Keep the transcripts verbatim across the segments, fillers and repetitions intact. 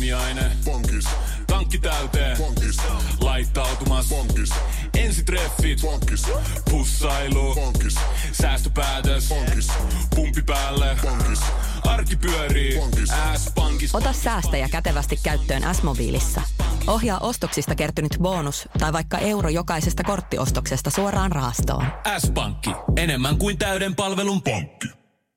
Aamiaine. Bonkis. Tankki täyteen. Bonkis. Laittautumas. Bonkis. Ensitreffit. Bonkis. Pussailu. Bonkis. Säästöpäätös. Bonkis. Pumpi päälle. Bonkis. Arki pyörii. Bonkis. S-pankis. Ota säästäjä kätevästi käyttöön S-mobiilissa. Ohjaa ostoksista kertynyt bonus tai vaikka euro jokaisesta korttiostoksesta suoraan rahastoon. S-pankki. Enemmän kuin täyden palvelun pankki.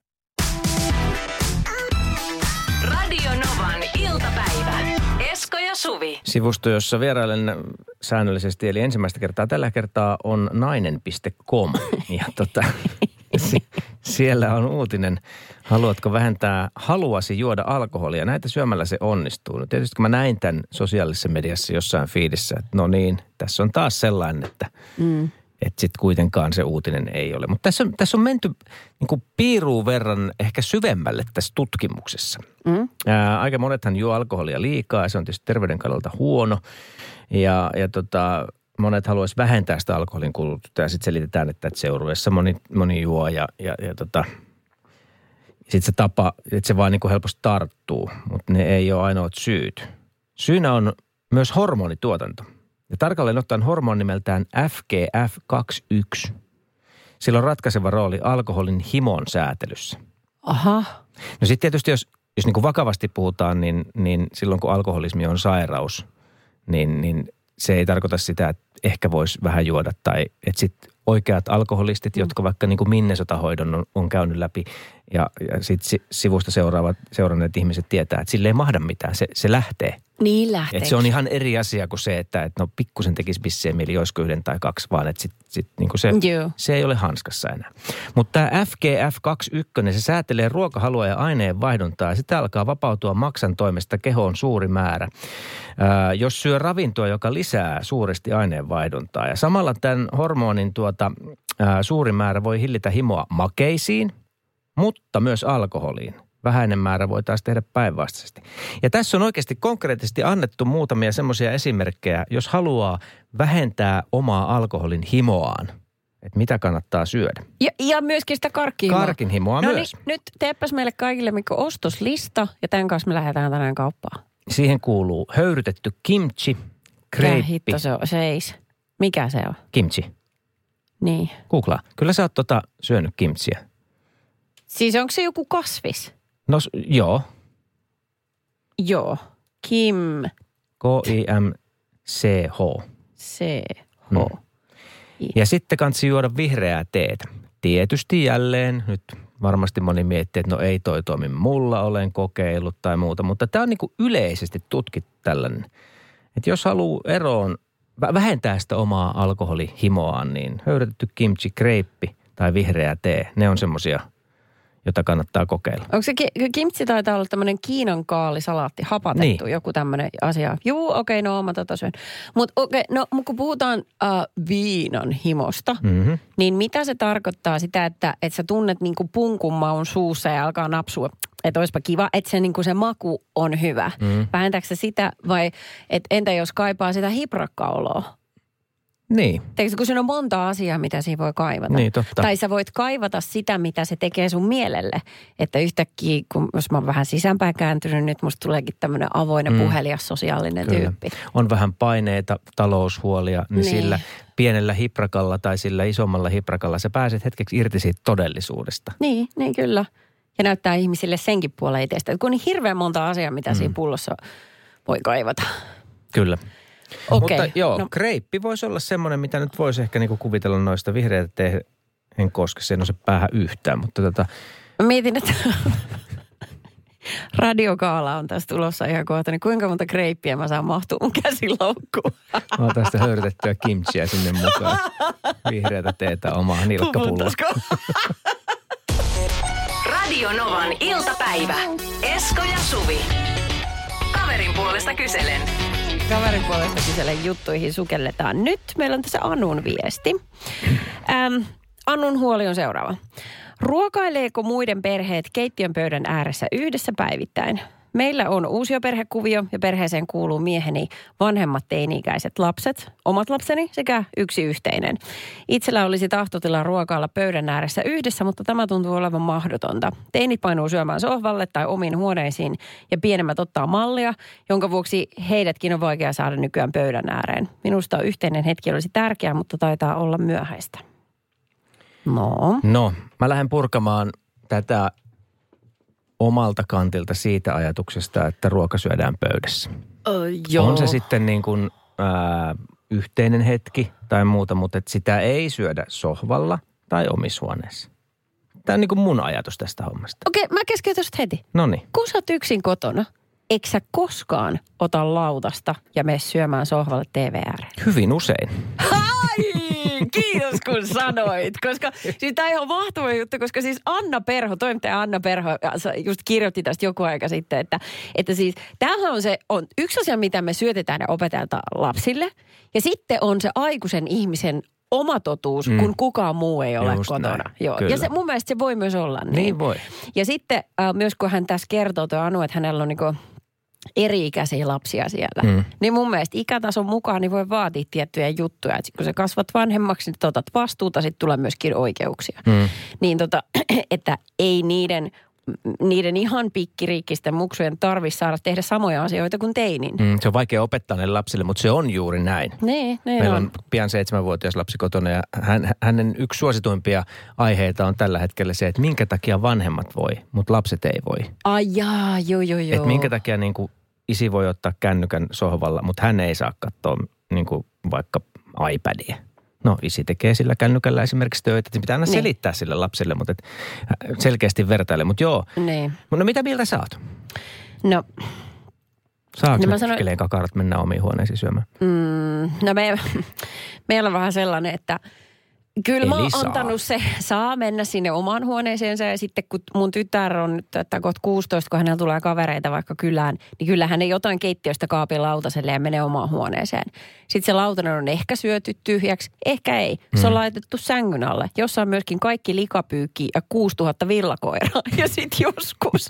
Radio Novan iltapäivä. Esko ja Suvi. Sivusto, jossa vierailen säännöllisesti, eli ensimmäistä kertaa tällä kertaa on nainen piste com. Ja tota, siellä on uutinen, haluatko vähentää haluasi juoda alkoholia. Näitä syömällä se onnistuu. No tietysti kun mä näin tämän sosiaalisessa mediassa jossain fiidissä, että no niin, tässä on taas sellainen, että... Mm. Että sitten kuitenkaan se uutinen ei ole. Mutta tässä on, tässä on menty niin kuin piiruun verran ehkä syvemmälle tässä tutkimuksessa. Mm. Ää, aika monethan juo alkoholia liikaa ja se on tietysti terveyden kannalta huono. Ja, ja tota, monet haluaisi vähentää sitä alkoholin kulutusta ja sitten selitetään, että, että seurueessa moni, moni juo ja, ja, ja tota, sitten se tapa, että se vaan niin kuin helposti tarttuu. Mutta ne ei ole ainoat syyt. Syynä on myös hormonituotanto. Ja tarkalleen ottaen hormoni nimeltään F G F kaksikymmentäyksi. Sillä on ratkaiseva rooli alkoholin himon säätelyssä. Aha. No sitten tietysti, jos, jos niin kuin vakavasti puhutaan, niin, niin silloin kun alkoholismi on sairaus, niin, niin se ei tarkoita sitä, että ehkä voisi vähän juoda. Tai että sitten oikeat alkoholistit, mm. jotka vaikka niin kuin Minnesota-hoidon on, on käynyt läpi ja, ja sitten sivusta seuraavat, seuranneet ihmiset tietää, että sille ei mahda mitään. Se, se lähtee. Niin lähtee. Että se on ihan eri asia kuin se, että, että no pikkusen tekisi bisseen mieli, joisiko yhden tai kaksi, vaan että sit, sit, niin kuin se, se ei ole hanskassa enää. Mutta tämä F G F kaksikymmentäyksi, se säätelee ruokahalua ja aineenvaihduntaa ja sitä alkaa vapautua maksan toimesta kehoon suuri määrä. Ää, jos syö ravintoa, joka lisää suuresti aineenvaihduntaa ja samalla tämän hormonin tuota, ää, suuri määrä voi hillitä himoa makeisiin, mutta myös alkoholiin. Vähäinen määrä voi taas tehdä päinvastaisesti. Ja tässä on oikeasti konkreettisesti annettu muutamia semmoisia esimerkkejä, jos haluaa vähentää omaa alkoholin himoaan. Että mitä kannattaa syödä. Ja, ja myöskin sitä karkkihimoa. Karkin himoa no myös. Niin, nyt teepäs meille kaikille Mikko ostoslista ja tämän kanssa me lähdetään tänään kauppaan. Siihen kuuluu höyrytetty kimchi, kreippi. Mikä hitto se on? Seis. Mikä se on? Kimchi. Niin. Googlaa. Kyllä sä oot tota syönyt kimchiä. Siis onko se joku kasvis? No joo. Joo. Kim. K I M C H. C H. Mm. Ja sitten kansi juoda vihreää teetä. Tietysti jälleen, nyt varmasti moni miettii, että no ei toi toimi mulla, olen kokeillut tai muuta. Mutta tämä on niin kuin yleisesti tutkittu tällainen. Että jos haluaa eroon, vähentää sitä omaa alkoholihimoaan, niin höyrytetty kimchi, kreippi tai vihreä tee, ne on semmoisia, jota kannattaa kokeilla. Onko se ki- kimchi taitaa olla tämmöinen Kiinan kaalisalaatti, hapatettu, niin. Joku tämmöinen asia. Juu, okei, okay, no mä tota syön. Mutta okei, okay, no kun puhutaan uh, viinan himosta, mm-hmm. niin mitä se tarkoittaa sitä, että, että sä tunnet niinku punkun maun suussa ja alkaa napsua? Että olisipa kiva, että se, niinku se maku on hyvä. Mm-hmm. Vähentääkö se sitä vai, että entä jos kaipaa sitä hiprakkaoloa? Niin. Teekö, kun siinä on monta asiaa, mitä siinä voi kaivata. Niin, totta. Tai sä voit kaivata sitä, mitä se tekee sun mielelle. Että yhtäkkiä, kun jos mä oon vähän sisäänpäin kääntynyt, nyt musta tuleekin tämmöinen avoin ja mm. puhelias sosiaalinen Kyllä. tyyppi. On vähän paineita, taloushuolia, niin, niin sillä pienellä hiprakalla tai sillä isommalla hiprakalla sä pääset hetkeksi irti siitä todellisuudesta. Niin, niin kyllä. Ja näyttää ihmisille senkin puolen itsestä. Kun on niin hirveän monta asiaa, mitä mm. siinä pullossa voi kaivata. Kyllä. Okei. Mutta joo, no. kreippi voisi olla semmoinen, mitä nyt voisi ehkä niinku kuvitella noista vihreitä tee, en koske, se en ole päähän yhtään, mutta tota... Mietin, että radiokaala on tässä tulossa ihan kohta, niin kuinka monta kreippiä mä saan mahtua mun käsiloukkuun? Mä oon tästä höyrytettyä kimchiä sinne mukaan. Vihreätä teetä omaa nilkkapulloa. Radio Novan iltapäivä. Esko ja Suvi. Kaverin puolesta kyselen. Kaverin puolesta kyselen juttuihin sukelletaan. Nyt meillä on tässä Anun viesti. Ähm, Annun huoli on seuraava. Ruokaileeko muiden perheet keittiön pöydän ääressä yhdessä päivittäin? Meillä on uusioperhekuvio ja perheeseen kuuluu mieheni vanhemmat teini-ikäiset lapset, omat lapseni sekä yksi yhteinen. Itsellä olisi tahtotila ruokailla pöydän ääressä yhdessä, mutta tämä tuntuu olevan mahdotonta. Teinit painuu syömään sohvalle tai omiin huoneisiin ja pienemmät ottaa mallia, jonka vuoksi heidätkin on vaikea saada nykyään pöydän ääreen. Minusta yhteinen hetki olisi tärkeä, mutta taitaa olla myöhäistä. No. No, mä lähden purkamaan tätä omalta kantilta siitä ajatuksesta, että ruoka syödään pöydässä. Uh, joo. On se sitten niin kuin ää, yhteinen hetki tai muuta, mutta että sitä ei syödä sohvalla tai omishuoneessa. Tämä on niin kuin mun ajatus tästä hommasta. Okei, okay, mä keskeytän sut heti. Noniin. Kun sä oot yksin kotona, eikö sä koskaan ota lautasta ja mene syömään sohvalle T V ääreen? Hyvin usein. Ai, kiitos kun sanoit, koska siis tämä on ihan mahtava juttu, koska siis Anna Perho, toimittaja Anna Perho just kirjoitti tästä joku aika sitten, että, että siis tämähän on se, on yksi asia, mitä me syötetään ja opetetaan lapsille ja sitten on se aikuisen ihmisen oma totuus, mm. kun kukaan muu ei ole Just kotona. näin, Joo. kyllä. Ja se, mun mielestä se voi myös olla niin. Niin voi. Ja sitten äh, myös kun hän tässä kertoo tuo Anu, että hänellä on niinku eri-ikäisiä lapsia siellä. Mm. Niin mun mielestä ikätason mukaan niin voi vaatia tiettyjä juttuja. Että kun sä kasvat vanhemmaksi, niin otat vastuuta, sitten tulee myöskin oikeuksia. Mm. Niin tota, että ei niiden, niiden ihan pikkiriikkisten muksujen tarvitse saada tehdä samoja asioita kuin teinin. Mm, se on vaikea opettaa ne lapsille, mutta se on juuri näin. Niin, niin Meillä on. on pian seitsemänvuotias lapsi kotona ja hän, hänen yksi suosituimpia aiheita on tällä hetkellä se, että minkä takia vanhemmat voi, mutta lapset ei voi. Ai jaa, joo joo joo. Että minkä takia niin kuin isi voi ottaa kännykän sohvalla, mutta hän ei saa katsoa niin kuin vaikka iPadia. No isi tekee sillä kännykällä esimerkiksi töitä, että pitää aina niin. selittää sille lapselle, mutta et selkeästi vertaile. Mutta joo, niin. no mitä mieltä sä oot? No. Saanko no, me sanon... sano... kakarat mennä omiin huoneisiin syömään? Mm, no me, meillä on vähän sellainen, että kyllä mä oon saa. antanut se, saa mennä sinne omaan huoneeseensa ja sitten kun mun tytär on nyt, että kohta kuusitoista, kun hänellä tulee kavereita vaikka kylään, niin kyllä hän ei jotain keittiöstä kaapin lautaselle ja menee omaan huoneeseen. Sitten se lautanen on ehkä syöty tyhjäksi, ehkä ei. Se on hmm. laitettu sängyn alle, jossa on myöskin kaikki likapyykki ja kuusituhatta villakoiraa. Ja sitten joskus,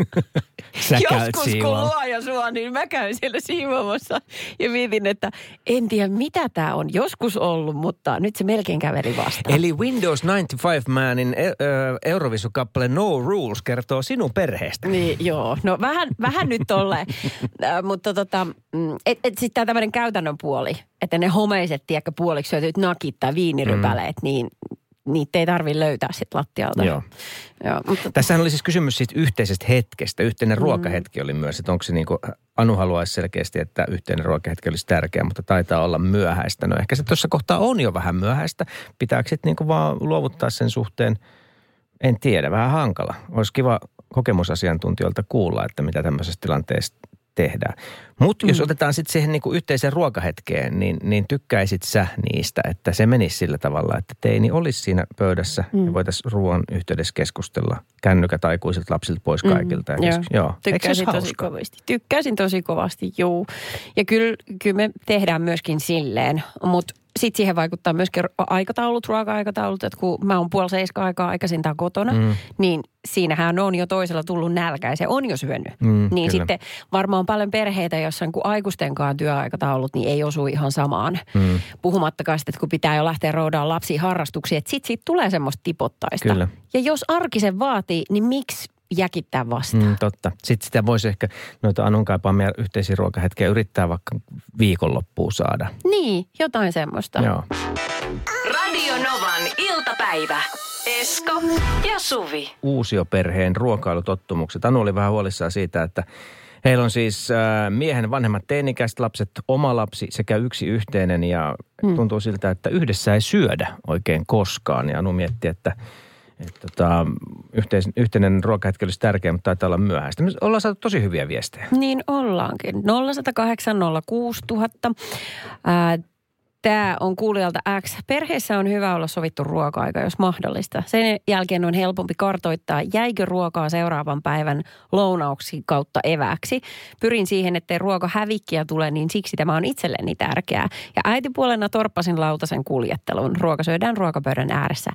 joskus kun luoja sua, niin mä käyn siellä siivoamassa ja mietin, että en tiedä mitä tää on joskus ollut, mutta nyt se melkein käveli vastaan. Eli Windows yhdeksänkymmentäviisi-manin Eurovisu-kappale No Rules kertoo sinun perheestä. Niin, joo. No vähän, vähän nyt tolleen. äh, mutta tota, et, et sitten tämä tämmöinen käytännön puoli, että ne homeiset, tiedäkö, puoliksi syötyt nakit tai viinirypäleet, mm. niin niitä ei tarvitse löytää sitten lattialta. Joo. Joo, mutta... Tässähän oli siis kysymys siitä yhteisestä hetkestä. Yhteinen mm. ruokahetki oli myös, että onko se niin kuin, Anu haluaisi selkeästi, että yhteinen ruokahetki olisi tärkeä, mutta taitaa olla myöhäistä. No ehkä se tuossa kohtaa on jo vähän myöhäistä. Pitääkö sitten niin kuin vaan luovuttaa sen suhteen? En tiedä, vähän hankala. Olisi kiva kokemusasiantuntijoilta kuulla, että mitä tämmöisessä tilanteessa tehdään. Mutta mm. jos otetaan sitten siihen niinku yhteiseen ruokahetkeen, niin, niin tykkäisit sä niistä, että se menisi sillä tavalla, että teini olisi siinä pöydässä mm. ja voitaisiin ruoan yhteydessä keskustella kännykät aikuisilta lapsilta pois kaikilta. Mm. Ja joo. joo. Tykkäisin tosi kovasti. Tykkäisin tosi kovasti, joo. Ja kyllä, kyllä me tehdään myöskin silleen, mutta sitten siihen vaikuttaa myöskin aikataulut, ruoka-aikataulut, että kun mä oon puoli seiskaa aikaa aikaisintaan kotona, mm. niin siinähän on jo toisella tullut nälkä ja se on jo syönyt. Mm, niin kyllä. Sitten varmaan paljon perheitä, jossa kun aikuistenkaan työaikataulut, niin ei osu ihan samaan. Mm. Puhumattakaan sitten, että kun pitää jo lähteä roudaan lapsiin harrastuksiin, että sitten siitä tulee semmoista tipottaista. Kyllä. Ja jos arkisen vaatii, niin miksi jäkittää vastaan? Mm, totta. Sitten sitä voisi ehkä noita Anun kaipaamia yhteisiä ruokahetkiä yrittää vaikka viikonloppuun saada. Niin, jotain semmoista. Joo. Radio Novan iltapäivä. Esko ja Suvi. Uusioperheen ruokailutottumukset. Anu oli vähän huolissaan siitä, että heillä on siis äh, miehen vanhemmat teinikäiset lapset, oma lapsi sekä yksi yhteinen ja hmm. tuntuu siltä, että yhdessä ei syödä oikein koskaan. Ja Anu mietti, että Että tota, yhteis, yhteinen ruokahetki olisi tärkeä, mutta taitaa olla myöhäistä. Me ollaan saatu tosi hyviä viestejä. Niin ollaankin. nolla yksi nolla kahdeksan nolla kuusi nolla nolla nolla. Tämä on kuulijalta X. Perheessä on hyvä olla sovittu ruoka-aika, jos mahdollista. Sen jälkeen on helpompi kartoittaa, jäikö ruokaa seuraavan päivän lounauksi kautta eväksi. Pyrin siihen, ettei ruoka hävikkiä tule, niin siksi tämä on itselleni tärkeää. Ja äitipuolena torppasin lautasen kuljettelun. Ruoka syödään ruokapöydän ääressä.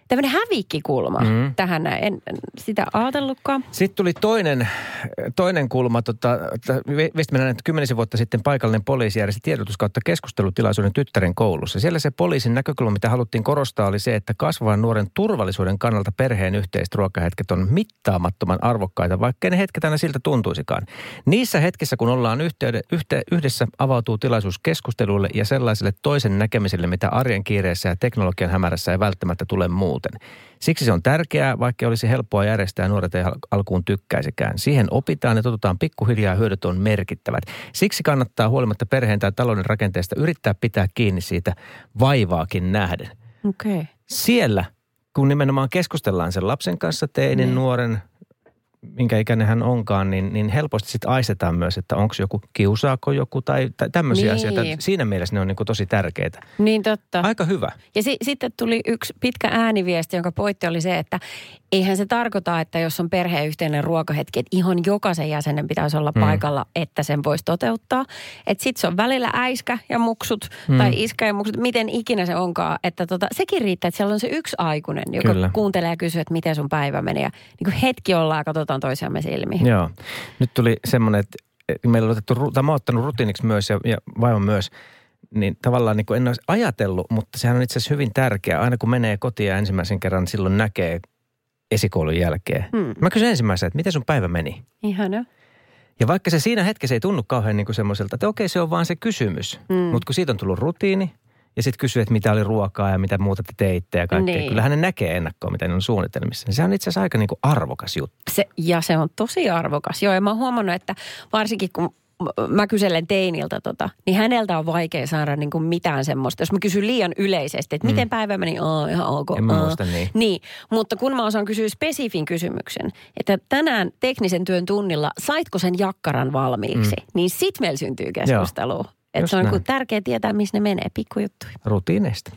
tämmöinen hävikkikulma mm. tähän. En, en sitä ajatellutkaan. Sitten tuli toinen, toinen kulma. Tota, Viestimme että kymmenisen vuotta sitten paikallinen poliisi järjesti tiedotus kautta keskustelutilaisuuden tyttären koulussa. Siellä se poliisin näkökulma, mitä haluttiin korostaa, oli se, että kasvavan nuoren turvallisuuden kannalta perheen yhteiset ruokahetket on mittaamattoman arvokkaita, vaikka ne hetket aina siltä tuntuisikaan. Niissä hetkissä, kun ollaan yhteyde, yhte, yhdessä, avautuu tilaisuus keskustelulle ja sellaiselle toisen näkemiselle, mitä arjen kiireessä ja teknologian hämärässä ei välttämättä tule muuten. Siksi se on tärkeää, vaikka olisi helppoa järjestää ja nuoret ei alkuun tykkäisikään. Siihen opitaan ja totutaan pikkuhiljaa, hyödyt on merkittävät. Siksi kannattaa huolimatta perheen tai talouden rakenteesta yrittää pitää kiinni siitä vaivaakin nähden. Okay. Siellä, kun nimenomaan keskustellaan sen lapsen kanssa, teinin, mm. nuoren, minkä ikäinen hän onkaan, niin, niin helposti sitten aistetaan myös, että onko joku, kiusaako joku tai, tai tämmöisiä niin. asioita. Siinä mielessä ne on niin kuin tosi tärkeitä. Niin totta. Aika hyvä. Ja si- sitten tuli yksi pitkä ääniviesti, jonka pointti oli se, että eihän se tarkoita, että jos on perheen yhteinen ruokahetki, että ihan jokaisen jäsenen pitäisi olla mm. paikalla, että sen voisi toteuttaa. Että sitten se on välillä äiskä ja muksut mm. tai iskä ja muksut, miten ikinä se onkaan. Että tota, sekin riittää, että siellä on se yksi aikuinen, joka Kyllä. kuuntelee ja kysyy, että miten sun päivä meni. Ja niin kuin hetki ollaan ja katsotaan toisiamme silmiin. Joo. Nyt tuli semmoinen, että meillä on otettu, tai mä oon ottanut rutiiniksi myös ja, ja vaimon myös, niin tavallaan niin kuin en olisi ajatellut, mutta sehän on itse asiassa hyvin tärkeää. Aina kun menee kotiin ja ensimmäisen kerran, niin silloin näkee esikoulun jälkeen. Hmm. Mä kysyn ensimmäisenä, että miten sun päivä meni? Ihana. Ja vaikka se siinä hetkessä ei tunnu kauhean niin kuin semmoiselta, että okei, se on vaan se kysymys. Hmm. Mutta kun siitä on tullut rutiini ja sitten kysyy, että mitä oli ruokaa ja mitä muuta te teitte ja kaikkea. Niin. Kyllähän ne näkee ennakkoon, mitä ne on suunnitelmissa. Se on itse asiassa aika niin kuin arvokas juttu. Se, ja se on tosi arvokas. Joo, ja mä oon huomannut, että varsinkin kun mä kyselen teiniltä tota, niin häneltä on vaikea saada niin kuin mitään semmoista. Jos mä kysyn liian yleisesti, että miten mm. päivä meni, aa, ihan ok. En mä muista niin. Niin, mutta kun mä osaan kysyä spesifin kysymyksen, että tänään teknisen työn tunnilla saitko sen jakkaran valmiiksi, mm. niin sit meillä syntyy keskustelua. Että se on niin tärkeää tietää, missä ne menee, pikkujuttuja. Rutiineista.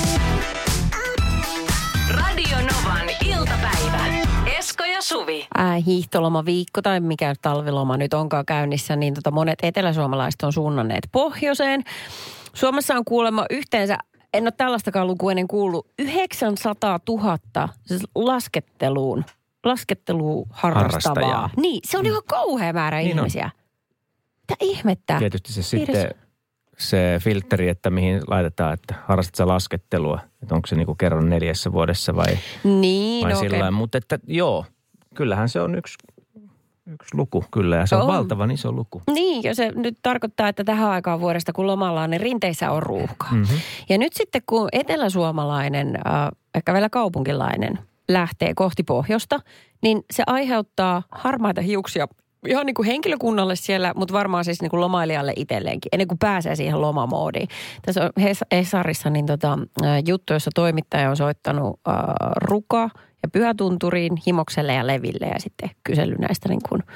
Radio Novan iltapäivä. Esko ja Suvi. Äh, hiihtolomaviikko tai mikä talviloma nyt onkaan käynnissä, niin tota monet eteläsuomalaiset on suunnanneet pohjoiseen. Suomessa on kuulemma yhteensä, en ole tällaistakaan lukua ennen kuullut, yhdeksänsataatuhatta siis lasketteluun, lasketteluun harrastavaa. Harrastajaa. Niin, se on ihan kauhea määrä niin ihmisiä. On. Mitä ihmettä? Tietysti se sitten se filtteri, että mihin laitetaan, että harrastat sä laskettelua. Että onko se niinku kerran neljässä vuodessa vai, niin, vai no sillä okay. Mutta että joo, kyllähän se on yksi, yksi luku kyllä ja se on, on valtavan iso luku. Niin, ja se nyt tarkoittaa, että tähän aikaan vuodesta kun lomalla on, niin rinteissä on ruuhkaa. Mm-hmm. Ja nyt sitten kun eteläsuomalainen, äh, ehkä vielä kaupunkilainen, lähtee kohti pohjoista, niin se aiheuttaa harmaita hiuksia ihan niin kuin henkilökunnalle siellä, mutta varmaan siis niin kuin lomailijalle itselleenkin, ennen kuin pääsee siihen lomamoodiin. Tässä on Hesarissa niin tota, juttu, jossa toimittaja on soittanut äh, Ruka ja Pyhätunturiin, Himokselle ja Leville ja sitten kysely näistä niin kuin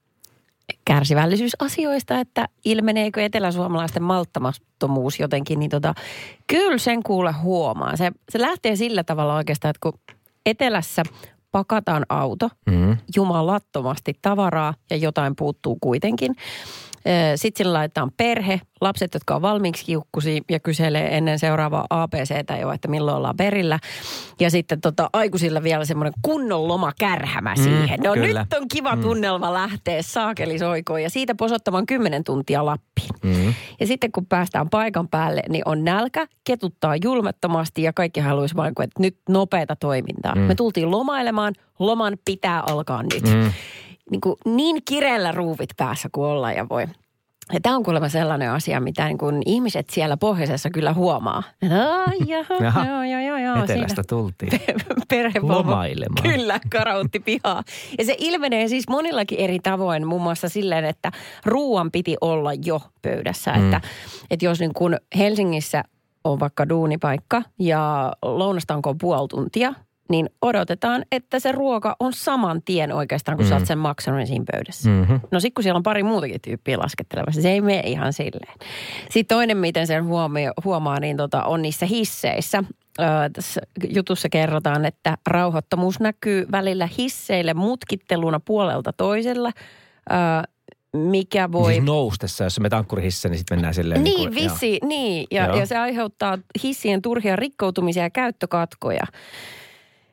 kärsivällisyysasioista, että ilmeneekö eteläsuomalaisten malttamattomuus jotenkin, niin tota, kyllä sen kuule huomaa. Se, se lähtee sillä tavalla oikeastaan, että kun etelässä pakataan auto, mm-hmm. jumalattomasti tavaraa ja jotain puuttuu kuitenkin. Sitten sillä laitetaan perhe, lapset, jotka on valmiiksi kiukkusia ja kyselee ennen seuraavaa A B C:tä jo, että milloin ollaan perillä. Ja sitten tota, aikuisilla vielä semmoinen kunnon lomakärhämä siihen. No kyllä. Nyt on kiva tunnelma lähteä saakelisoikoon ja siitä posottamaan kymmenen tuntia Lappiin. Mm. Ja sitten kun päästään paikan päälle, niin on nälkä, ketuttaa julmettomasti ja kaikki haluaisi vain, että nyt nopeata toimintaa. Mm. Me tultiin lomailemaan, loman pitää alkaa nyt. Mm. Niin, kuin niin kireellä ruuvit päässä kuin olla ja voi. Ja tämä on kuulemma sellainen asia, mitä niin kuin ihmiset siellä pohjoisessa kyllä huomaa. Että jaha, joo, joo, joo, joo. Etelästä tultiin. Perhevauva. Lomailemaan. Kyllä, karautti pihaa. Ja se ilmenee siis monillakin eri tavoin, muun muassa silleen, että ruuan piti olla jo pöydässä. Mm. Että, että jos niin kuin Helsingissä on vaikka duunipaikka ja lounasta onko puoli tuntia, niin odotetaan, että se ruoka on saman tien oikeastaan, kun mm. sä oot sen maksanut niin siinä pöydässä. Mm-hmm. No sit kun siellä on pari muutakin tyyppiä laskettelevassa, se ei mene ihan silleen. Sitten toinen, miten sen huomio, huomaa, niin tota, on niissä hisseissä. Öö, tässä jutussa kerrotaan, että rauhattomuus näkyy välillä hisseille mutkitteluna puolelta toisella, öö, mikä voi... Siis noustessa, jos me tankkurihissä, niin sitten mennään silleen... Niin, niin kuin, vissi, joo. niin. Ja, ja se aiheuttaa hissien turhia rikkoutumisia ja käyttökatkoja.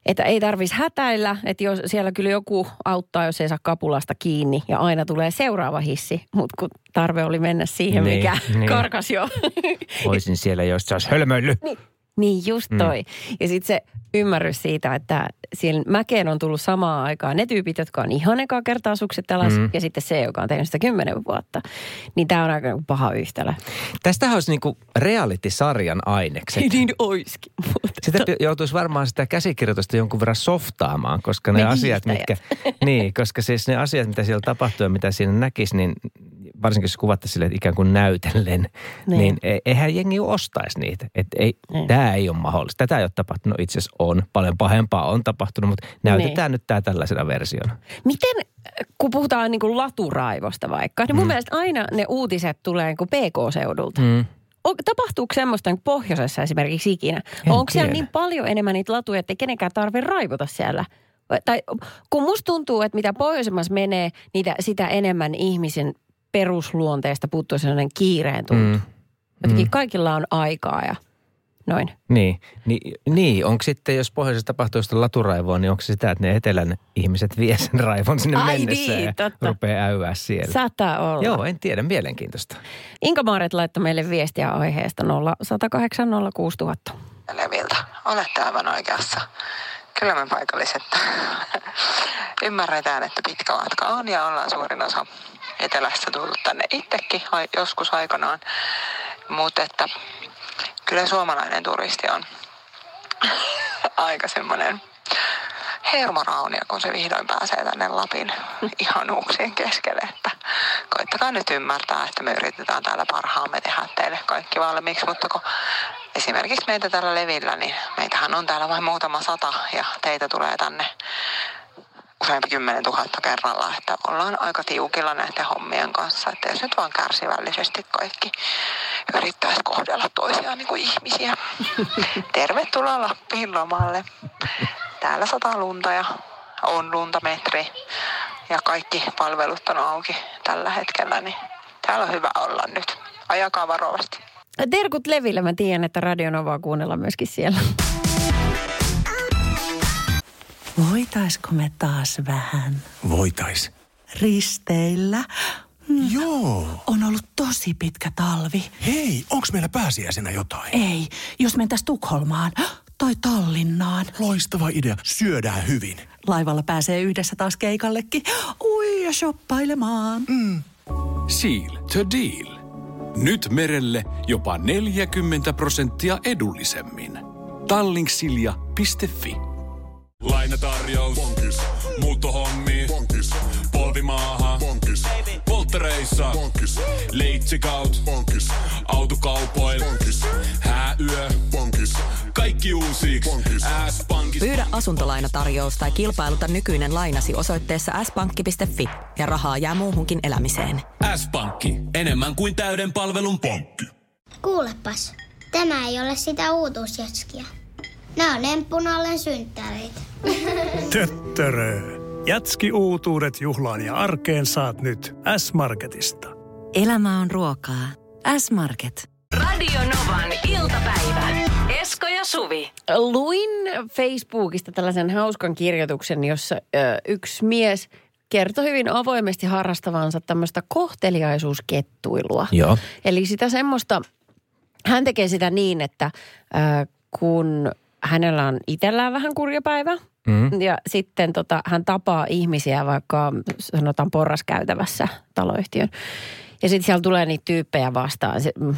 että ei tarvitsisi hätäillä, että jos siellä kyllä joku auttaa, jos ei saa kapulasta kiinni ja aina tulee seuraava hissi, mutta kun tarve oli mennä siihen, niin, mikä niin. karkas jo. Voisin siellä, jos se olisi hölmöillyt. Niin. Niin just toi. Mm. Ja sitten se ymmärrys siitä, että siellä mäkeen on tullut samaan aikaan ne tyypit, jotka on ihan ekaa kertaa sukset alas, mm. ja sitten se, joka on tehnyt sitä kymmenen vuotta. Niin tämä on aika paha yhtälö. Tästähän olisi niinku reality-sarjan ainekset. Niin oiskin. Sitä joutuisi varmaan sitä käsikirjoitusta jonkun verran softaamaan, koska ne, ne asiat, mitkä... Niin, koska siis ne asiat, mitä siellä tapahtuu ja mitä siinä näkisi, niin varsinkin jos kuvattaisiin sille ikään kuin näytellen, niin, niin eihän jengi ostaisi niitä. Että ei, tämä ei ole mahdollista. Tätä ei ole tapahtunut. Itse asiassa on. Paljon pahempaa on tapahtunut, mutta näytetään niin. nyt tämä tällaisena versiona. Miten, kun puhutaan niin kuin laturaivosta vaikka, niin mun mm. mielestä aina ne uutiset tulee niin kuin P K-seudulta. Mm. Tapahtuuko semmoista niin pohjoisessa esimerkiksi ikinä? En Onko tiedä. Siellä niin paljon enemmän niitä latuja, että ei kenenkään tarvitse raivota siellä? Tai kun musta tuntuu, että mitä pohjoisemmassa menee, niitä, sitä enemmän ihmisen perusluonteesta puuttuu sellainen kiireen tuntu. Mm. Jotenkin mm. kaikilla on aikaa ja noin. Niin, Ni, niin. Onko sitten, jos pohjoisessa tapahtuu sitä laturaivoa, niin onko se sitä, että ne etelän ihmiset vie sen raivon sinne Ai mennessä niin, ja totta. rupeaa äyää siellä? Saattaa olla. Joo, en tiedä. Mielenkiintoista. Inka-Maaret laittoi meille viestiä aiheesta nolla yksi nolla kahdeksan nolla kuusi nolla nolla nolla. Leviltä. Olette aivan oikeassa. Kyllä me paikalliset ymmärretään, että pitkä matka on ja ollaan suurin osa etelästä tullut tänne itsekin joskus aikanaan. Mutta että kyllä suomalainen turisti on aika semmoinen hermoraunia, kun se vihdoin pääsee tänne Lapin ihanuuksien keskelle. Että koittakaa nyt ymmärtää, että me yritetään täällä parhaamme tehdä teille kaikki valmiiksi, mutta kun esimerkiksi meitä täällä Levillä, niin meitähän on täällä vain muutama sata ja teitä tulee tänne useampi kymmenen tuhatta kerralla, että ollaan aika tiukilla näiden hommien kanssa, että jos nyt vaan kärsivällisesti kaikki yrittäisi kohdella toisiaan niin kuin ihmisiä. Tervetuloa Lappiin lomalle. Täällä sataa lunta ja on luntametri ja kaikki palvelut on auki tällä hetkellä, niin täällä on hyvä olla nyt. Ajakaa varovasti. Terkut Levillä, mä tiedän, että Radio Novaa kuunnellaan myöskin siellä. Voitaisko me taas vähän? Voitais. Risteillä? Mm. Joo. On ollut tosi pitkä talvi. Hei, onks meillä pääsiäisenä jotain? Ei, jos mentäis Tukholmaan tai Tallinnaan. Loistava idea. Syödään hyvin. Laivalla pääsee yhdessä taas keikallekin. Ui ja shoppailemaan. Mm. Seal to deal. Nyt merelle jopa neljäkymmentä prosenttia edullisemmin. Tallingsilja piste fi. Lainatarjous. Bonkis. Muuttohommi. Bonkis. Polvimaaha. Bonkis. Polttereissa. Bonkis. Leitsikaut. Bonkis. Autokaupoil. Bonkis. Hääyö. Bonkis. Kaikki uusiiksi. S-pankki. Pyydä asuntolainatarjous tai kilpailuta nykyinen lainasi osoitteessa s pankki piste fi ja rahaa jää muuhunkin elämiseen. S-pankki. Enemmän kuin täyden palvelun pankki. Kuulepas, tämä ei ole sitä uutuusjatskia. Nämä on emppunallen synttäreitä. Töttörö. Jatski-uutuudet juhlaan ja arkeen saat nyt S-Marketista. Elämä on ruokaa. S-Market. Radio Novan iltapäivä. Esko ja Suvi. Luin Facebookista tällaisen hauskan kirjoituksen, jossa ö, yksi mies kertoi hyvin avoimesti harrastavansa tämmöistä kohteliaisuuskettuilua. Joo. Eli sitä semmoista, hän tekee sitä niin, että ö, kun hänellä on itsellään vähän kurjapäivä, mm. ja sitten tota, hän tapaa ihmisiä vaikka sanotaan porraskäytävässä taloyhtiön. Ja sitten siellä tulee niitä tyyppejä vastaan. Se, mm,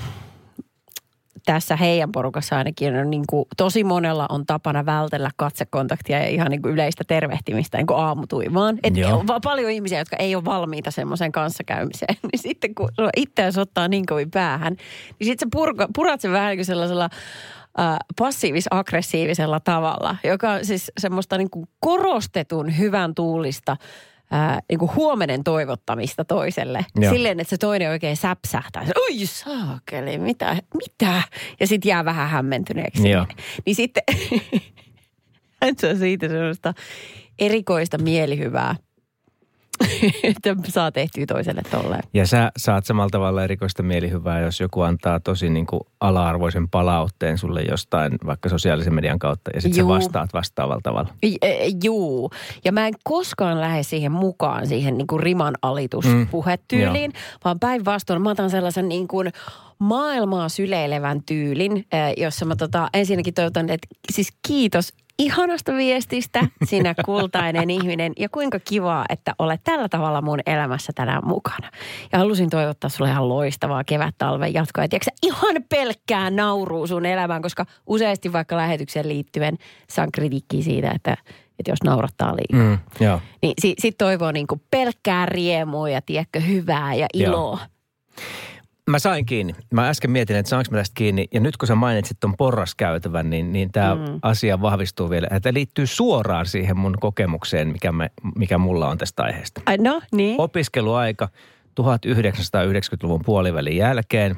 tässä heidän porukassa ainakin on niin kuin, tosi monella on tapana vältellä katsekontaktia ja ihan niin kuin yleistä tervehtimistä niin kuin aamutuimaan. Että on paljon ihmisiä, jotka ei ole valmiita semmoiseen kanssakäymiseen. Niin sitten kun itseäsi ottaa niin kovin päähän, niin sitten sä purka, purat sen vähän niin kuin sellaisella äh, passiivis-aggressiivisella tavalla, joka on siis semmoista niin kuin korostetun hyvän tuulista Ää, niin kuin huomenen toivottamista toiselle. Joo. Silleen, että se toinen oikein säpsähtää. Oi saakeli, mitä, mitä? Ja sitten jää vähän hämmentyneeksi. Joo. Niin sitten se on siitä semmoista erikoista mielihyvää. Että saa tehtyä toiselle tolleen. Ja sä saat samalla tavalla erikoista mielihyvää, jos joku antaa tosi niin kuin ala-arvoisen palautteen sulle jostain vaikka sosiaalisen median kautta ja sitten sä vastaat vastaavalla tavalla. Juu. Ja mä en koskaan lähde siihen mukaan, siihen niin kuin riman alituspuhetyyliin, mm, vaan päinvastoin mä otan sellaisen niin kuin maailmaa syleilevän tyylin, jossa mä tota, ensinnäkin toivotan, että siis kiitos ihanasta viestistä, sinä kultainen ihminen, ja kuinka kivaa, että olet tällä tavalla mun elämässä tänään mukana. Ja halusin toivottaa sulle ihan loistavaa kevät-talven jatkoa. Ja tiedätkö, ihan pelkkää nauruu sun elämään, koska useasti vaikka lähetykseen liittyen saan kritiikkiä siitä, että, että jos naurattaa liikaa. Mm, joo. Niin sit, sit toivoo niin kuin pelkkää riemua ja tiedätkö, hyvää ja iloa. Joo. Mä sain kiinni. Mä äsken mietin, että saanko mä tästä kiinni. Ja nyt kun sä mainitsit ton porraskäytävän, niin, niin tämä mm. asia vahvistuu vielä. Tämä liittyy suoraan siihen mun kokemukseen, mikä, me, mikä mulla on tästä aiheesta. Ai no, niin. Opiskeluaika tuhatyhdeksänsataayhdeksänkymmentäluvun puolivälin jälkeen.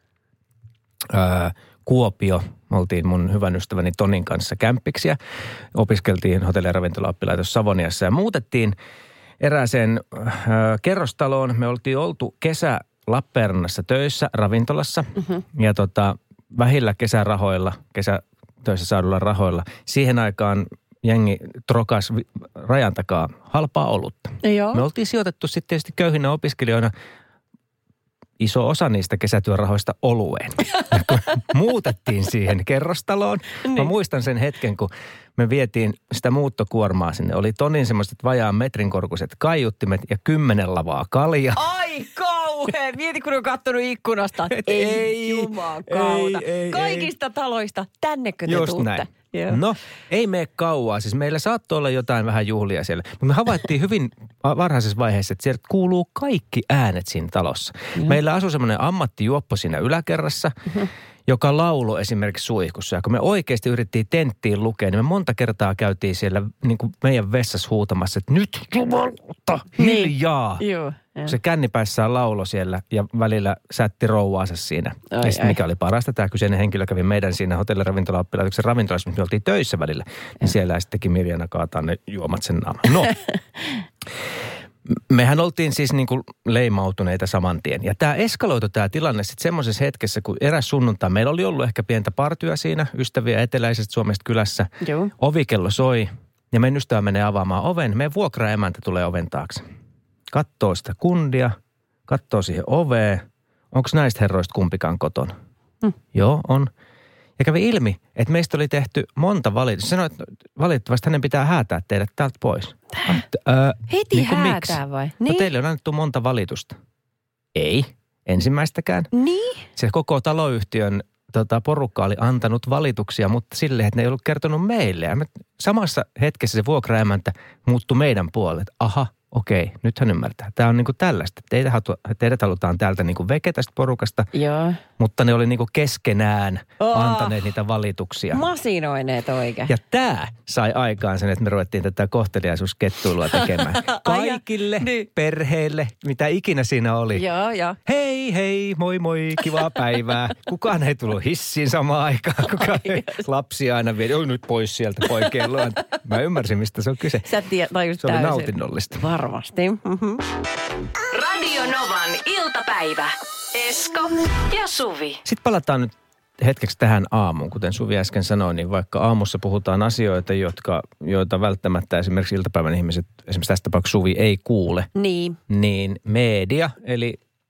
Öö, Kuopio. Me oltiin mun hyvän ystäväni Tonin kanssa kämppiksiä. Opiskeltiin hotelli- ja ravintola-oppilaitos Savoniassa ja muutettiin erääseen öö, kerrostaloon. Me oltiin oltu kesä Lappeenrannassa töissä ravintolassa mm-hmm. ja tota, vähillä kesärahoilla, kesätöissä saadulla rahoilla. Siihen aikaan jengi trokas rajan takaa halpaa olutta. Joo. Me oltiin sijoitettu sitten tietysti köyhinä opiskelijoina iso osa niistä kesätyörahoista olueen. Muutettiin siihen kerrostaloon. Niin. Mä muistan sen hetken, kun me vietiin sitä muuttokuormaa sinne. Oli Tonin semmoiset vajaan metrin korkuiset kaiuttimet ja kymmenen lavaa kaljaa. Ai kauhea! Mieti, kun on katsonut ikkunasta. Ei, ei jumakauta. Ei, ei, kaikista ei. Taloista tännekö te just tuutte? Näin. Joo. No, ei mene kauaa. Siis meillä saattoi olla jotain vähän juhlia siellä. Mutta me havaittiin hyvin varhaisessa vaiheessa, että sieltä kuuluu kaikki äänet siinä talossa. Mm. Meillä asui semmoinen ammattijuoppo siinä yläkerrassa, mm-hmm. joka lauloi esimerkiksi suihkussa. Ja kun me oikeasti yrittiin tenttiin lukea, niin me monta kertaa käytiin siellä niin kuin meidän vessassa huutamassa, että nyt jumalauta, hiljaa. Niin. Joo. Se kännipäissään laulo siellä ja välillä sätti rouvaansa siinä. Ai, ja sitten mikä oli parasta, tämä kyseinen henkilö kävi meidän siinä hotelliravintola-oppilaitoksen ravintolassa, missä me oltiin töissä välillä. Ja siellä sitten teki Mirjana kaataa ne juomat sen naaman. No, mehän oltiin siis niin kuin leimautuneita saman tien. Ja tämä eskaloitu tämä tilanne sitten semmoisessa hetkessä, kun eräs sunnuntai, meillä oli ollut ehkä pientä partyä siinä, ystäviä eteläisestä Suomesta kylässä. Joo. Ovikello soi ja meidän ystävä menee avaamaan oven. Meidän vuokraemäntä tulee oven taakse. Kattoo sitä kundia, kattoo siihen oveen. Onko näistä herroista kumpikaan kotona? Hmm. Joo, on. Ja kävi ilmi, että meistä oli tehty monta valitusta. Sanoi, että valitettavasti hänen pitää häätää teidät täältä pois. Antti, ää, Heti niin häätää miksi? vai? Niin. Niin. No teille on annettu monta valitusta. Ei, ensimmäistäkään. Niin? Se koko taloyhtiön tota, porukka oli antanut valituksia, mutta silleen, että ne ei ollut kertonut meille. Ja me, samassa hetkessä se vuokraemäntä muuttui meidän puolelle, että aha, okei, nyt hän ymmärtää. Tämä on niinku tällaista. Teitä, teidät halutaan täältä niinku veke tästä porukasta, joo. Mutta ne oli niinku keskenään oh. antaneet niitä valituksia. Masinoineet oikein. Ja tämä sai aikaan sen, että me ruvettiin tätä kohteliaisuuskettuilua tekemään. Kaikille niin. Perheille, mitä ikinä siinä oli. Joo, joo. Hei, hei, moi moi, kivaa päivää. Kukaan ei tullut hissiin samaan aikaan. Kukaan ei lapsi aina viedi, oi nyt pois sieltä poikien luon. Mä ymmärsin, mistä se on kyse. Sä tiedät, tai just se oli nautinnollista. Varmasti. Mm-hmm. Radio Novan iltapäivä. Esko ja Suvi. Sitten palataan nyt hetkeksi tähän aamuun. Kuten Suvi äsken sanoi, niin vaikka aamussa puhutaan asioita, jotka, joita välttämättä esimerkiksi iltapäivän ihmiset, esimerkiksi tästä tapauksessa Suvi ei kuule. Niin. Niin media, eli,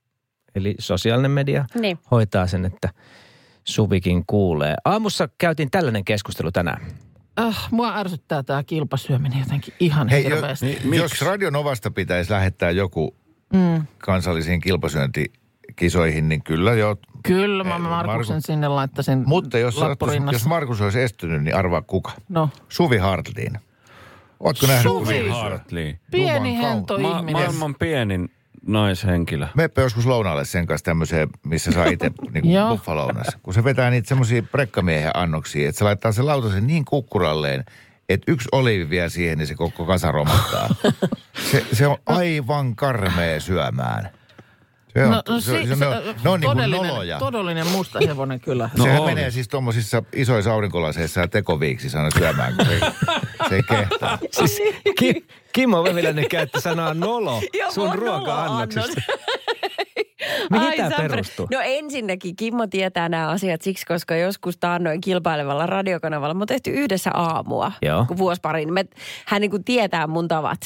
eli sosiaalinen media, niin. hoitaa sen, että Suvikin kuulee. Aamussa käytiin tällainen keskustelu tänään. Ah, mua ärsyttää tämä kilpasyöminen jotenkin ihan Hei, hirveästi. Jo, niin, jos Radio Novasta pitäisi lähettää joku mm. kansallisiin kilpasyöntikisoihin, niin kyllä jo. Kyllä, mä Markuksen Marku... sinne laittaisin. Mutta jos, jos Markus olisi estynyt, niin arvaa kuka? No. Suvi Hartliin. Ootko nähnyt Suvi Hartliin? Pieni hento Ma- ihminen. Maailman pienin naishenkilö. Meppä joskus lounaalle sen kanssa tämmöiseen, missä saa itse niin buffalounassa. Kun se vetää niitä semmoisia prekkamiehen annoksia, että se laittaa sen lautasen niin kukkuralleen, että yksi oliivi vie siihen, niin se koko kasa romahtaa. Se, se on aivan karmea syömään. Se on, no, no, se, si, se, se, ne on, ne on niin kuin todellinen, noloja. todellinen musta hevonen kyllä. No sehän on. menee siis tuommoisissa isoissa aurinkolaseissa ja tekoviiksissä aina syömään, kun se, se ei kehtaa. Siis Ki, Kimmo Vehviläinen käytti sanaa nolo Joo, sun mun ruoka-annoksesta. Ai, Mihin tämä Sampere. perustuu? No ensinnäkin Kimmo tietää nämä asiat siksi, koska joskus taannoin kilpailevalla radiokanavalla me on tehty yhdessä aamua. Joo. Kun vuosi pari, niin me, hän niin kuin tietää mun tavat.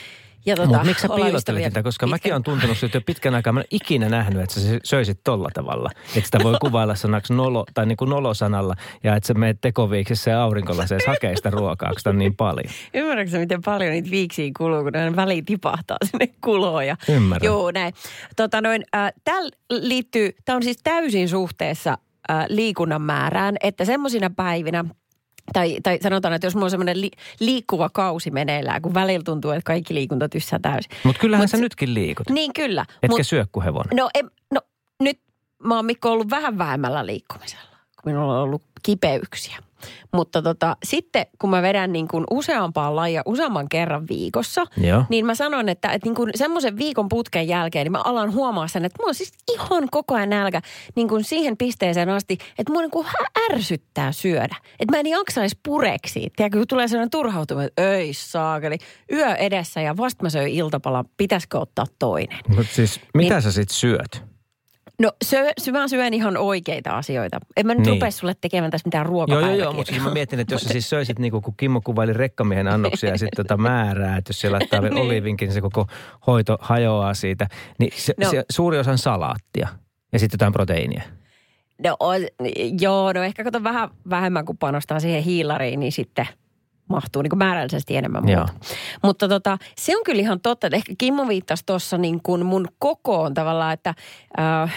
Ja tota, Mutta miksi sä ollaan piilottelit ystäviä sitä? Koska pitkän- mäkin olen tuntenut sitä jo pitkän aikaa. Mä en ikinä nähnyt, että sä söisit tolla tavalla. Että sitä voi kuvailla sanaksi nolo, tai niin kuin nolosanalla. Ja että sä meet tekoviiksessä ja aurinkolaseen hakee sitä ruokaa, kun sitä on niin paljon. Ymmärrätkö miten paljon niitä viiksiä kuluu, kun ne väliin tipahtaa sinne kuloon? Ja... Ymmärrän. Joo, näin. Tota noin, äh, täällä liittyy, tämä on siis täysin suhteessa äh, liikunnan määrään, että semmoisina päivinä, Tai, tai sanotaan, että jos mulla on semmoinen li, liikkuva kausi meneillään, kun välillä tuntuu, että kaikki liikunta tyssää täysin. Mutta kyllähän Mut sä se- nytkin liikut. Niin kyllä. Etkä Mut- syö kuin hevonen. No, em, no nyt mä oon Mikko ollut vähän vähemmällä liikkumisella, kun minulla on ollut kipeyksiä. Mutta tota, sitten kun mä vedän niin kuin useampaa lajia useamman kerran viikossa, Joo. niin mä sanon, että, että niin kuin semmoisen viikon putken jälkeen, niin mä alan huomaa sen, että mulla on siis ihan koko ajan nälkä niin kuin siihen pisteeseen asti, että mua niin kuin ärsyttää syödä. Että mä en jaksaisi pureksi. Tiedätkö, kun tulee sellainen turhautuminen, että ei saakeli, yö edessä ja vasta mä söin iltapalan, pitäisikö ottaa toinen? Mutta siis mitä Niin- sä sit syöt? No syö, syö, mä syön ihan oikeita asioita. En mä nyt Niin. niin. rupea sulle tekemään tässä mitään Joo, ruokapäiväkirjaa. joo, joo, mutta siis mä mietin, että jos sä siis söisit niin kuin kun Kimmo kuvaili rekkamiehen annoksia ja sitten tota määrää, että jos se laittaa vielä Niin. oliivinkin, niin se koko hoito hajoaa siitä. Niin se, No. se suuri osa on salaattia ja sitten jotain proteiinia. No on, joo, no ehkä kato vähän vähemmän, kun panostaa siihen hiilariin, niin sitten mahtuu niin kuin määrällisesti enemmän Joo. muuta. Mutta tota, se on kyllä ihan totta, että ehkä Kimmo viittasi tuossa niin kuin mun kokoon tavallaan, että äh,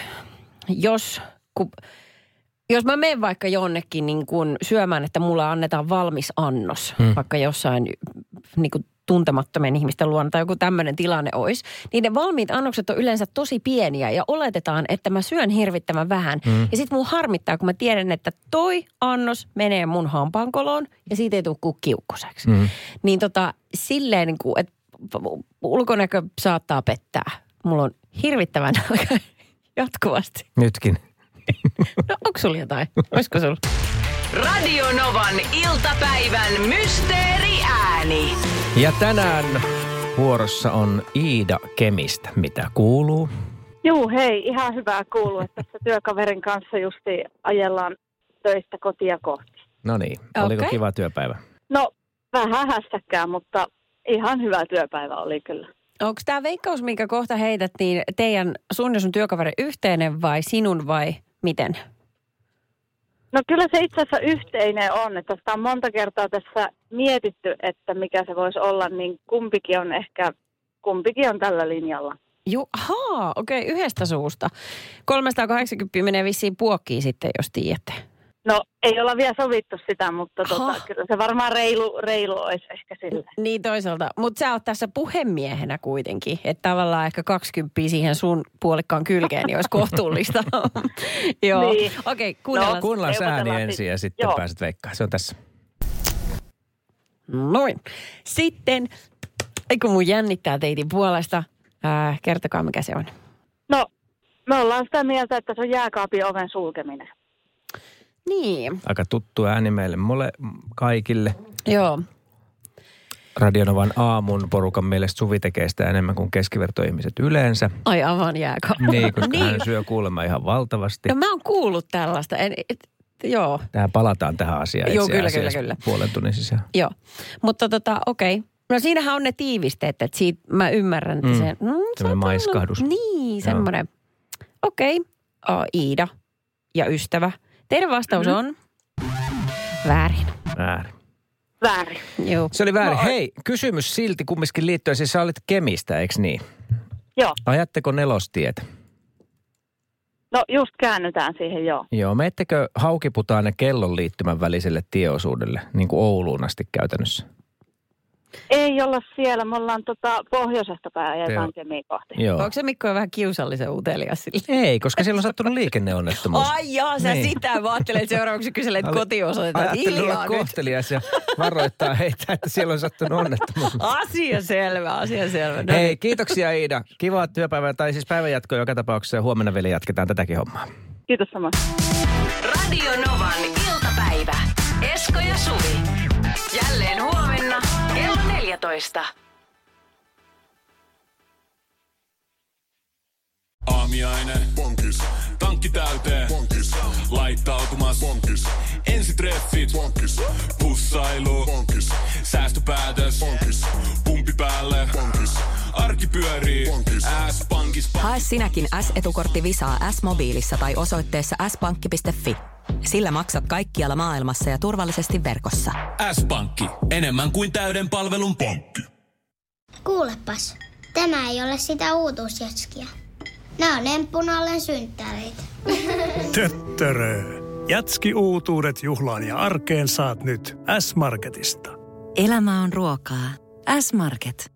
jos, kun, jos mä menen vaikka jonnekin niin kuin syömään, että mulle annetaan valmis annos, Hmm. vaikka jossain niin kuin tuntemattomien ihmisten luona tai joku tämmöinen tilanne olisi, niin ne valmiit annokset on yleensä tosi pieniä ja oletetaan, että mä syön hirvittävän vähän. Mm. Ja sitten mun harmittaa, kun mä tiedän, että toi annos menee mun hampaankoloon ja siitä ei tule kuin kiukkuseksi. Mm. Niin tota, silleen niin kuin, että ulkonäkö saattaa pettää. Mulla on hirvittävän nälkä jatkuvasti. Nytkin. No onko sulla jotain? Olisiko sulla? Radio Novan iltapäivän mysteeriääni. Ja tänään vuorossa on Iida Kemistä. Mitä kuuluu? Juu, hei, ihan hyvää kuuluu, että tässä työkaverin kanssa justi ajellaan töistä kotia kohti. No niin, oliko Okei. kiva työpäivä? No, vähän hässäkkää, mutta ihan hyvä työpäivä oli kyllä. Onko tämä veikkaus, minkä kohta heität, niin teidän sun ja sun työkaverin yhteinen vai sinun vai miten? No kyllä se itse asiassa yhteinen on, että sitä on monta kertaa tässä mietitty, että mikä se voisi olla, niin kumpikin on ehkä, kumpikin on tällä linjalla. Juu, ahaa, okei, okay, yhdestä suusta. kolmesataakahdeksankymmentä menee vissiin puokkiin sitten, jos tiedätte. No, ei olla vielä sovittu sitä, mutta tota, Ha. kyllä se varmaan reilu, reilu olisi ehkä sille. Niin toisaalta, mutta sä oot tässä puhemiehenä kuitenkin, että tavallaan ehkä kaksikymmentä siihen sun puolikkaan kylkeen, niin olisi kohtuullista. Joo, Niin. okei, okay, kuunnellaan. No, Kuunnellaan se ääni neuvotellaan ensin sit- ja sitten Joo. pääset veikkaamaan. Se on tässä. Noin. Sitten, eikö mun jännittää teitin puolesta, äh, kertokaa mikä se on. No, me ollaan sitä mieltä, että se on jääkaapin oven sulkeminen. Niin, Aika tuttu ääni meille mole kaikille. joo. Radionovan aamun porukan mielestä Suvi tekee sitä enemmän kuin keskivertoihmiset yleensä. Ai avaan jääkaappi. Niin, koska niin. hän syö kuulemma ihan valtavasti. No mä oon kuullut tällaista. En, et, joo, Tähän palataan tähän asiaan Joo, itse kyllä, asiassa kyllä, kyllä. puolen tunnin sisään. joo. Mutta tota, okei. Okay. No siinähän on ne tiivisteet, että siitä mä ymmärrän, että Mm. se... Mm, Semmoinen saattaa maiskahdus. olla- Niin, semmoinen. Okei, okay. oh, Iida ja ystävä. Teidän vastaus Mhm. on väärin. Väärin. Väärin. Joo. Se oli väärin. No, Hei, kysymys silti kumminkin liittyen. Siis sä olit Kemistä, eikö niin? Joo. Ajatteko nelostietä? No just käännytään siihen, joo. Joo, meettekö Haukiputaan ja Kellon liittymän väliselle tieosuudelle, niin kuin Ouluun asti käytännössä? Ei olla siellä. Me ollaan tota pohjoisesta päin ajetaan Kemiin kohti. Joo. Onko se Mikko vähän kiusallisen utelias sille? Ei, koska siellä on sattunut liikenneonnettomuus. Ai jaa, sä niin. sitä mä ajattelin, että seuraavaksi kyselet kotiosoitetta. Ajattelin olla kohtelias ja varoittaa heitä, että siellä on sattunut onnettomuus. Asia selvä, asia selvä. No Hei, niin. kiitoksia Iida. Kivaa työpäivää, tai siis päivänjatkoa joka tapauksessa ja huomenna vielä jatketaan tätäkin hommaa. Kiitos samoin. Radio Novan iltapäivä. Esko ja Suvi. Jälleen huomenna kello neljätoista. Aamiainen. Bonkis. Tankki täyteen. Bonkis. Laittautumas. Bonkis. Ensitreffit. Bonkis. Pussailu. Bonkis. Säästöpäätös. Bonkis. Pumpi päälle. Bonkis. Arki pyörii. Bonkis. S-pankis. Hae sinäkin S-etukortti Visaa S-mobiilissa tai osoitteessa s pankki piste fi. Sillä maksat kaikkialla maailmassa ja turvallisesti verkossa. S-pankki. Enemmän kuin täyden palvelun pankki. Kuulepas, tämä ei ole sitä uutuusjatskia. Nämä on emppunallen synttäreitä. Töttörö. Jatski uutuudet juhlaan ja arkeen saat nyt S-Marketista. Elämä on ruokaa. S-Market.